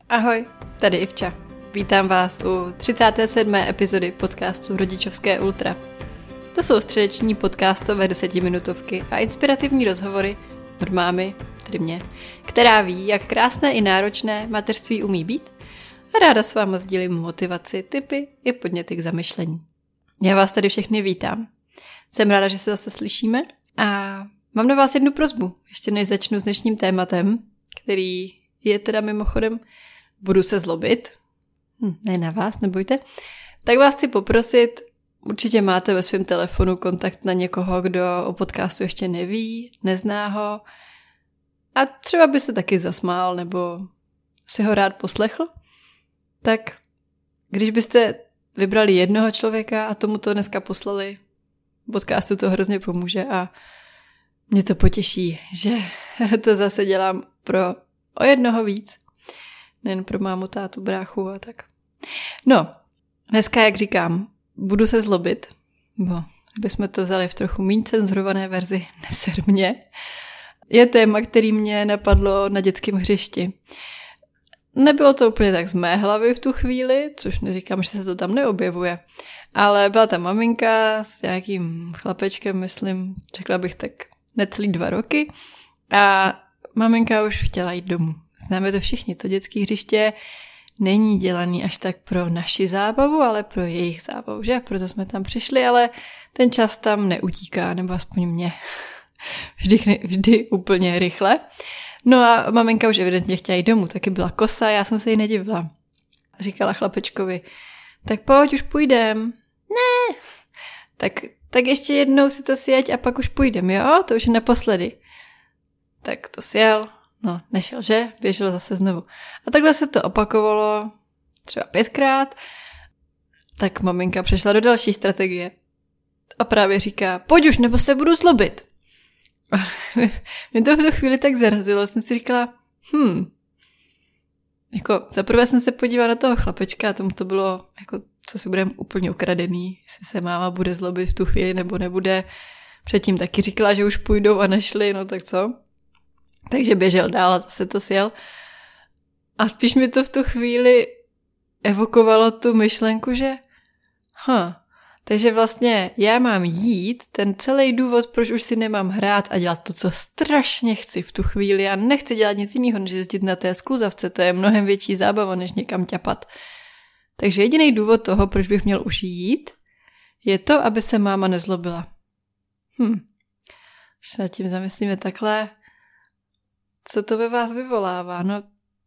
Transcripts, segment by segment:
Ahoj, tady Ivča. Vítám vás u 37. epizody podcastu Rodičovské ultra. To jsou středeční podcastové 10minutovky a inspirativní rozhovory od mámy, tedy mě, která ví, jak krásné i náročné mateřství umí být a ráda s vámi sdílím motivaci, tipy i podněty k zamyšlení. Já vás tady všechny vítám. Jsem ráda, že se zase slyšíme a mám na vás jednu prosbu, ještě než začnu s dnešním tématem, který je teda mimochodem budu se zlobit, ne na vás, nebojte, tak vás chci poprosit, určitě máte ve svém telefonu kontakt na někoho, kdo o podcastu ještě neví, nezná ho a třeba by se taky zasmál nebo si ho rád poslechl, tak když byste vybrali jednoho člověka a tomu to dneska poslali, podcastu to hrozně pomůže a mě to potěší, že to zase dělám o jednoho víc. Nejen pro mámu, tátu, bráchu a tak. No, dneska, jak říkám, budu se zlobit, bo bychom to vzali v trochu méně cenzurované verzi, neser mě. Je téma, který mě napadlo na dětském hřišti. Nebylo to úplně tak z mé hlavy v tu chvíli, což neříkám, že se to tam neobjevuje, ale byla tam maminka s nějakým chlapečkem, myslím, řekla bych tak necelý 2 roky a maminka už chtěla jít domů. Známe to všichni, to dětské hřiště není dělaný až tak pro naši zábavu, ale pro jejich zábavu, že? Proto jsme tam přišli, ale ten čas tam neutíká, nebo aspoň mě. Vždy úplně rychle. No a maminka už evidentně chtěla jít domů, taky byla kosa, já jsem se jí nedivila. Říkala chlapečkovi, tak pojď, už půjdem. Ne. Tak ještě jednou si to sjeď a pak už půjdem, jo? To už je naposledy. Tak to sjel. No, nešel, že? Běžel zase znovu. A takhle se to opakovalo třeba 5krát. Tak maminka přešla do další strategie. A právě říká, pojď už, nebo se budu zlobit. A mě to v tu chvíli tak zarazilo. Jsem si říkala, jako zaprvé jsem se podívala na toho chlapečka a tomu to bylo, jako, co si budeme úplně ukradený. Jestli se máma bude zlobit v tu chvíli, nebo nebude. Předtím taky říkala, že už půjdou a nešli, no tak co? Takže běžel dál a zase to sjel. A spíš mi to v tu chvíli evokovalo tu myšlenku, že takže vlastně já mám jít, ten celý důvod, proč už si nemám hrát a dělat to, co strašně chci v tu chvíli. Já nechci dělat nic jiného, než jezdit na té skluzavce, to je mnohem větší zábava, než někam ťapat. Takže jediný důvod toho, proč bych měl už jít, je to, aby se máma nezlobila. Když se nad tím zamyslíme takhle, co to ve vás vyvolává? No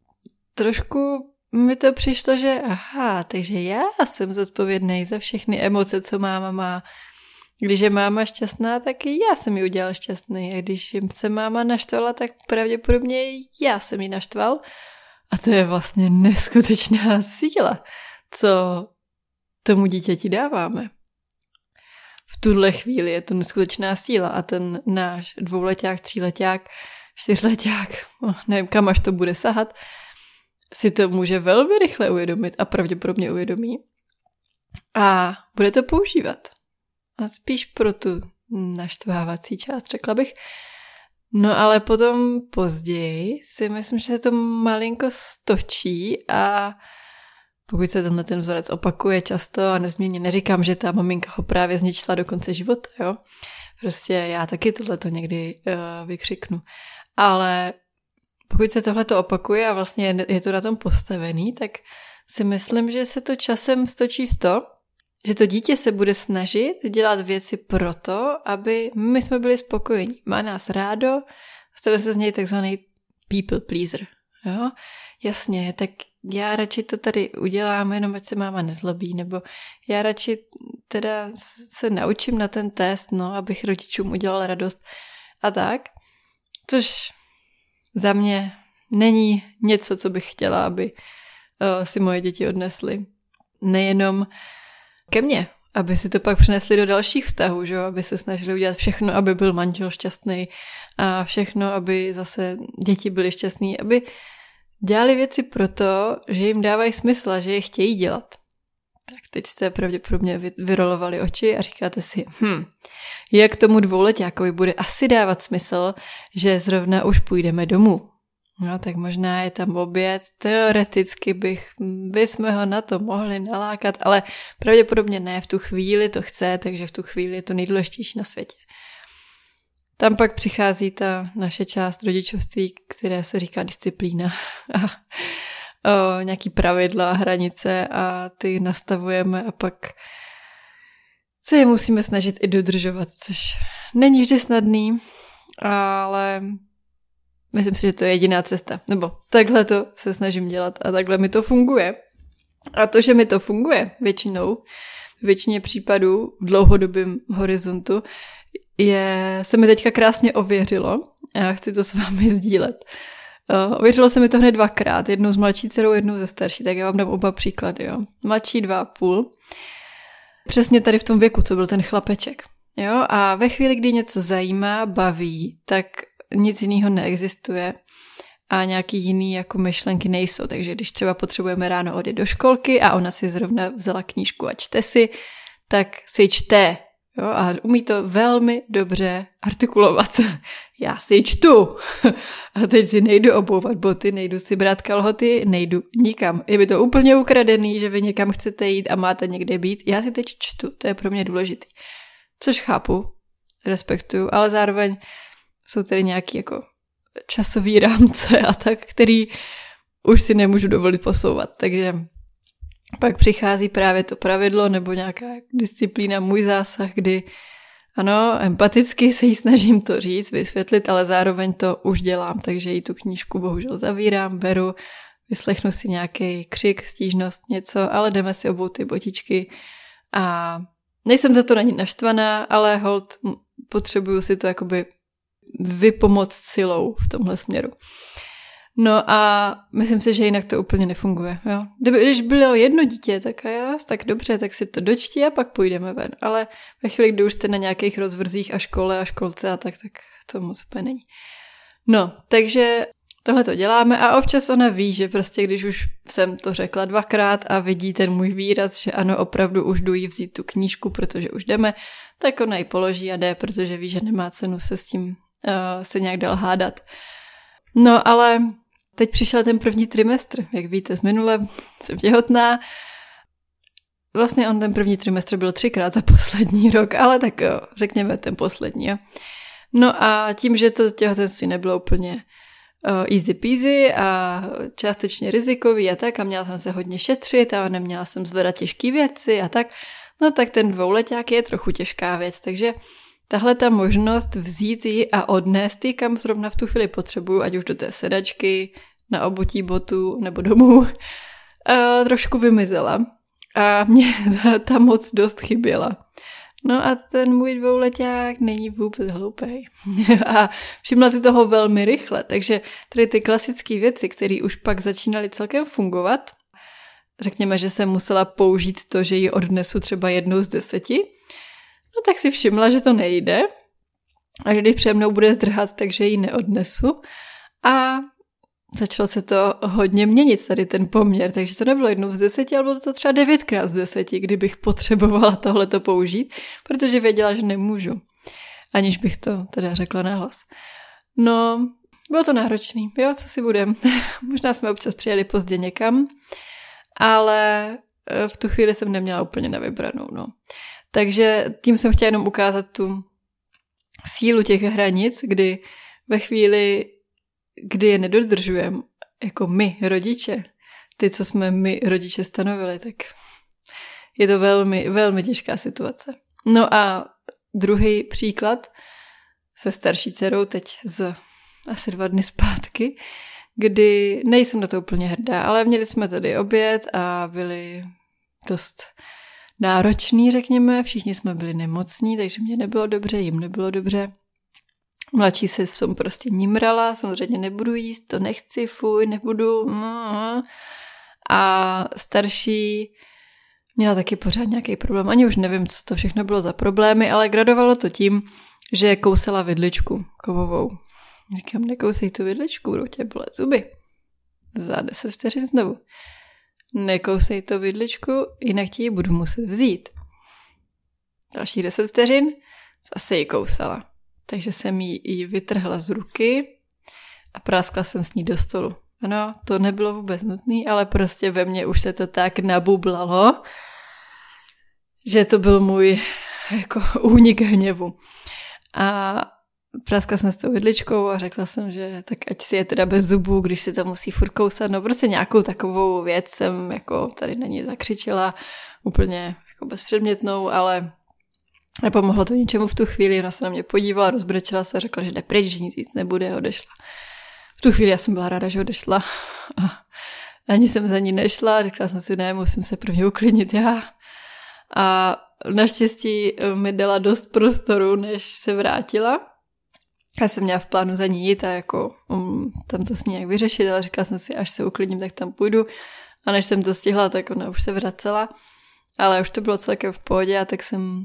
trošku mi to přišlo, že takže já jsem zodpovědný za všechny emoce, co máma má. Když je máma šťastná, tak i já jsem ji udělal šťastný. A když se máma naštvala, tak pravděpodobně já jsem ji naštval. A to je vlastně neskutečná síla, co tomu dítěti dáváme. V tuhle chvíli je to neskutečná síla a ten náš 2leťák, 3leťák, 4leťák, nevím kam až to bude sahat, si to může velmi rychle uvědomit a pravděpodobně uvědomí. A bude to používat. A spíš pro tu naštvávací část, řekla bych. No ale potom později si myslím, že se to malinko stočí a pokud se ten vzorec opakuje často a nezměně, neříkám, že ta maminka ho právě zničila do konce života, jo. Prostě já taky tohleto někdy vykřiknu. Ale pokud se tohleto opakuje a vlastně je to na tom postavený, tak si myslím, že se to časem stočí v to, že to dítě se bude snažit dělat věci proto, aby my jsme byli spokojení. Má nás rádo, stane se z něj takzvaný people pleaser. Jo? Jasně, tak já radši to tady udělám, jenom ať se máma nezlobí, nebo já radši teda se naučím na ten test, abych rodičům udělal radost a tak. Což za mě není něco, co bych chtěla, aby si moje děti odnesly. Nejenom ke mně, aby si to pak přinesli do dalších vztahů, že? Aby se snažili udělat všechno, aby byl manžel šťastný a všechno, aby zase děti byly šťastný, aby dělali věci proto, že jim dávají smysl a že je chtějí dělat. Tak teď jste pravděpodobně vyrolovali oči a říkáte si, jak tomu 2leťákovi bude asi dávat smysl, že zrovna už půjdeme domů. No tak možná je tam oběd, teoreticky bychom ho na to mohli nalákat, ale pravděpodobně ne, v tu chvíli to chce, takže v tu chvíli je to nejdůležitější na světě. Tam pak přichází ta naše část rodičovství, které se říká disciplína a nějaký pravidla, hranice a ty nastavujeme a pak se je musíme snažit i dodržovat, což není vždy snadný, ale myslím si, že to je jediná cesta. Nebo takhle to se snažím dělat a takhle mi to funguje. A to, že mi to funguje většinou, v většině případů v dlouhodobém horizontu, se mi teďka krásně ověřilo a chci to s vámi sdílet. Ověřilo se mi to hned 2krát, jednou s mladší dcerou, jednou ze starší, tak já vám dám oba příklady. Jo. Mladší 2,5, přesně tady v tom věku, co byl ten chlapeček. Jo. A ve chvíli, kdy něco zajímá, baví, tak nic jiného neexistuje a nějaký jiný jako myšlenky nejsou. Takže když třeba potřebujeme ráno odjet do školky a ona si zrovna vzala knížku a čte si, tak si čte. Jo, a umí to velmi dobře artikulovat. Já si čtu. A teď si nejdu obouvat boty, nejdu si brát kalhoty, nejdu nikam. Je mi to úplně ukradený, že vy někam chcete jít a máte někde být. Já si teď čtu, to je pro mě důležitý. Což chápu, respektuju, ale zároveň jsou tady nějaký jako časový rámce a tak, který už si nemůžu dovolit posouvat. Takže pak přichází právě to pravidlo nebo nějaká disciplína, můj zásah, kdy ano, empaticky se jí snažím to říct, vysvětlit, ale zároveň to už dělám, takže jí tu knížku bohužel zavírám, beru, vyslechnu si nějaký křik, stížnost, něco, ale jdeme si obou ty botičky a nejsem za to na ní naštvaná, ale hold potřebuju si to jakoby vypomoct silou v tomhle směru. No a myslím si, že jinak to úplně nefunguje. Jo? Když bylo jedno dítě, tak dobře, tak si to dočti a pak půjdeme ven. Ale ve chvíli, kdy už jste na nějakých rozvrzích a škole a školce a tak to moc úplně není. No, takže tohle to děláme a občas ona ví, že prostě když už jsem to řekla 2krát a vidí ten můj výraz, že ano, opravdu už jdu jí vzít tu knížku, protože už jdeme, tak ona ji položí a jde, protože ví, že nemá cenu se s tím se nějak dál hádat. No ale teď přišel ten první trimestr, jak víte, z minule jsem těhotná. Vlastně ten první trimestr byl 3krát za poslední rok, ale tak jo, řekněme ten poslední. Jo. No a tím, že to těhotenství nebylo úplně easy peasy a částečně rizikový a tak a měla jsem se hodně šetřit a neměla jsem zvedat těžké věci a tak, no tak ten dvouleťák je trochu těžká věc, takže tahle ta možnost vzít ji a odnést ji, kam zrovna v tu chvíli potřebuju, ať už do té sedačky, na obutí botu nebo domů, trošku vymizela. A mě ta moc dost chyběla. No a ten můj dvouleťák není vůbec hloupej. A všimla si toho velmi rychle, takže tady ty klasické věci, které už pak začínaly celkem fungovat, řekněme, že jsem musela použít to, že ji odnesu třeba 1 z 10, no tak si všimla, že to nejde a že když přede mnou bude zdrhat, takže ji neodnesu a začalo se to hodně měnit, tady ten poměr, takže to nebylo 1 z 10, ale bylo to třeba 9krát z 10, kdybych potřebovala tohleto použít, protože věděla, že nemůžu, aniž bych to teda řekla nahlas. No, bylo to náročný, jo, co si budem. Možná jsme občas přijeli pozdě někam, ale v tu chvíli jsem neměla úplně na vybranou, no. Takže tím jsem chtěla jenom ukázat tu sílu těch hranic, kdy ve chvíli, kdy je nedodržujeme, jako my, rodiče, ty, co jsme my, rodiče, stanovili, tak je to velmi, velmi těžká situace. No a druhý příklad se starší dcerou teď z asi 2 dny zpátky, kdy nejsem na to úplně hrdá, ale měli jsme tady oběd a byli dost náročný, řekněme, všichni jsme byli nemocní, takže mě nebylo dobře, jim nebylo dobře. Mladší se v tom prostě nímrala, samozřejmě nebudu jíst, to nechci, fuj, nebudu. A starší měla taky pořád nějaký problém, ani už nevím, co to všechno bylo za problémy, ale gradovalo to tím, že kousala vidličku kovovou. Říkám, nekousej tu vidličku, budou tě bolet zuby. Za 10 vteřin znovu. Nekousej to vidličku, jinak ti ji budu muset vzít. Další 10 vteřin, zase ji kousala. Takže jsem ji vytrhla z ruky a práskla jsem s ní do stolu. Ano, to nebylo vůbec nutné, ale prostě ve mně už se to tak nabublalo, že to byl můj jako únik hněvu. A práskla jsem s tou vidličkou a řekla jsem, že tak ať si je teda bez zubů, když si to musí furt kousat. No prostě nějakou takovou věc jsem jako tady na ní zakřičela, úplně jako bezpředmětnou, ale nepomohlo to ničemu v tu chvíli. Ona se na mě podívala, rozbrečela se a řekla, že jde pryč, že nic nebude, odešla. V tu chvíli já jsem byla ráda, že odešla. A ani jsem za ní nešla, řekla jsem si, ne, musím se prvně uklidnit já. A naštěstí mi dala dost prostoru, než se vrátila. Já jsem měla v plánu za ní jít a jako tam to s ní nějak vyřešit, ale řekla jsem si, až se uklidním, tak tam půjdu. A než jsem to stihla, tak ona už se vracela. Ale už to bylo celkem v pohodě a tak jsem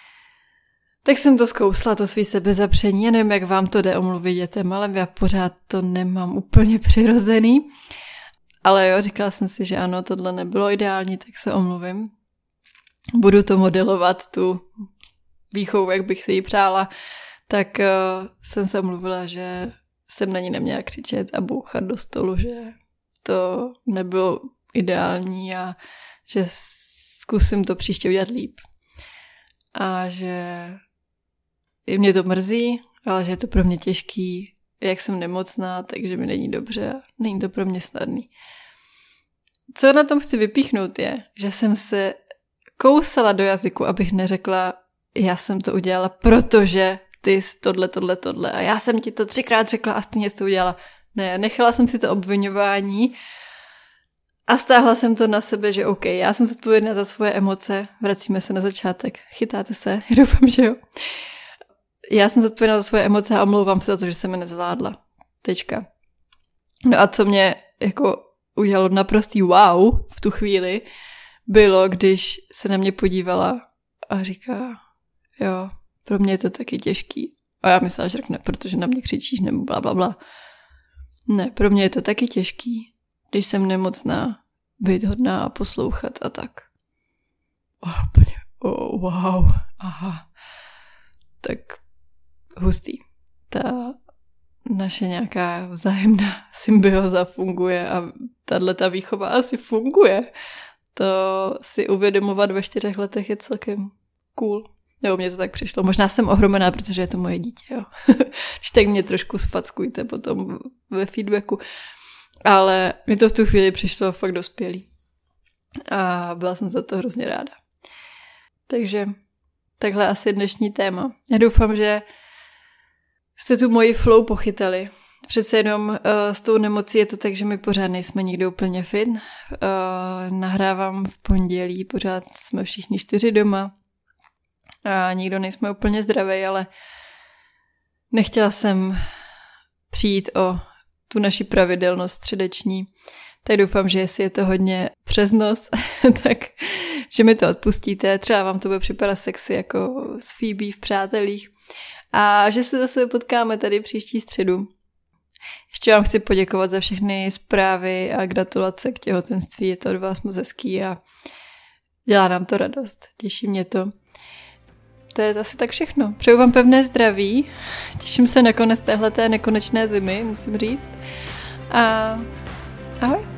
to zkousla, to svý sebezapření. Já nevím, jak vám to jde omluvit dětem, ale já pořád to nemám úplně přirozený. Ale jo, říkala jsem si, že ano, tohle nebylo ideální, tak se omluvím. Budu to modelovat, tu výchovu, jak bych si ji přála. Tak jsem se omluvila, že jsem na ní neměla křičet a bouchat do stolu, že to nebylo ideální a že zkusím to příště udělat líp. A že i mě to mrzí, ale že je to pro mě těžký, jak jsem nemocná, takže mi není dobře a není to pro mě snadný. Co na tom chci vypíchnout je, že jsem se kousala do jazyku, abych neřekla, já jsem to udělala, protože ty tohle a já jsem ti to 3krát řekla a stejně jsi to udělala. Ne, nechala jsem si to obviňování a stáhla jsem to na sebe, že OK, já jsem zodpovědná za svoje emoce, vracíme se na začátek, chytáte se, doufám, že jo. Já jsem zodpovědná za svoje emoce a omlouvám se za to, že jsem je nezvládla. Tečka. No a co mě jako udělalo naprostý wow v tu chvíli, bylo, když se na mě podívala a říká, jo, pro mě je to taky těžký. A já myslela, že řekne, protože na mě křičíš nebo blablabla. Ne, pro mě je to taky těžký, když jsem nemocná, být hodná a poslouchat a tak. Wow, aha. Tak hustý. Ta naše nějaká vzájemná symbioza funguje a tato výchova asi funguje. To si uvědomovat ve 4 letech je celkem cool. Nebo mně to tak přišlo. Možná jsem ohromená, protože je to moje dítě, jo. Když tak mě trošku sfackujte potom ve feedbacku. Ale mi to v tu chvíli přišlo fakt dospělý. A byla jsem za to hrozně ráda. Takže takhle asi dnešní téma. Já doufám, že jste tu moji flow pochytali. Přece jenom s tou nemocí je to tak, že my pořád nejsme nikdo úplně fit. Nahrávám v pondělí, pořád jsme všichni 4 doma. A nikdo nejsme úplně zdravý, ale nechtěla jsem přijít o tu naši pravidelnost středeční. Tak doufám, že jestli je to hodně přes nos, tak že mi to odpustíte. Třeba vám to bude připadat sexy jako s Phoebe v Přátelích. A že se zase potkáme tady příští středu. Ještě vám chci poděkovat za všechny zprávy a gratulace k těhotenství. Je to od vás moc hezký a dělá nám to radost. Těší mě to. To je asi tak všechno. Přeju vám pevné zdraví. Těším se na konec téhleté nekonečné zimy, musím říct. A ahoj.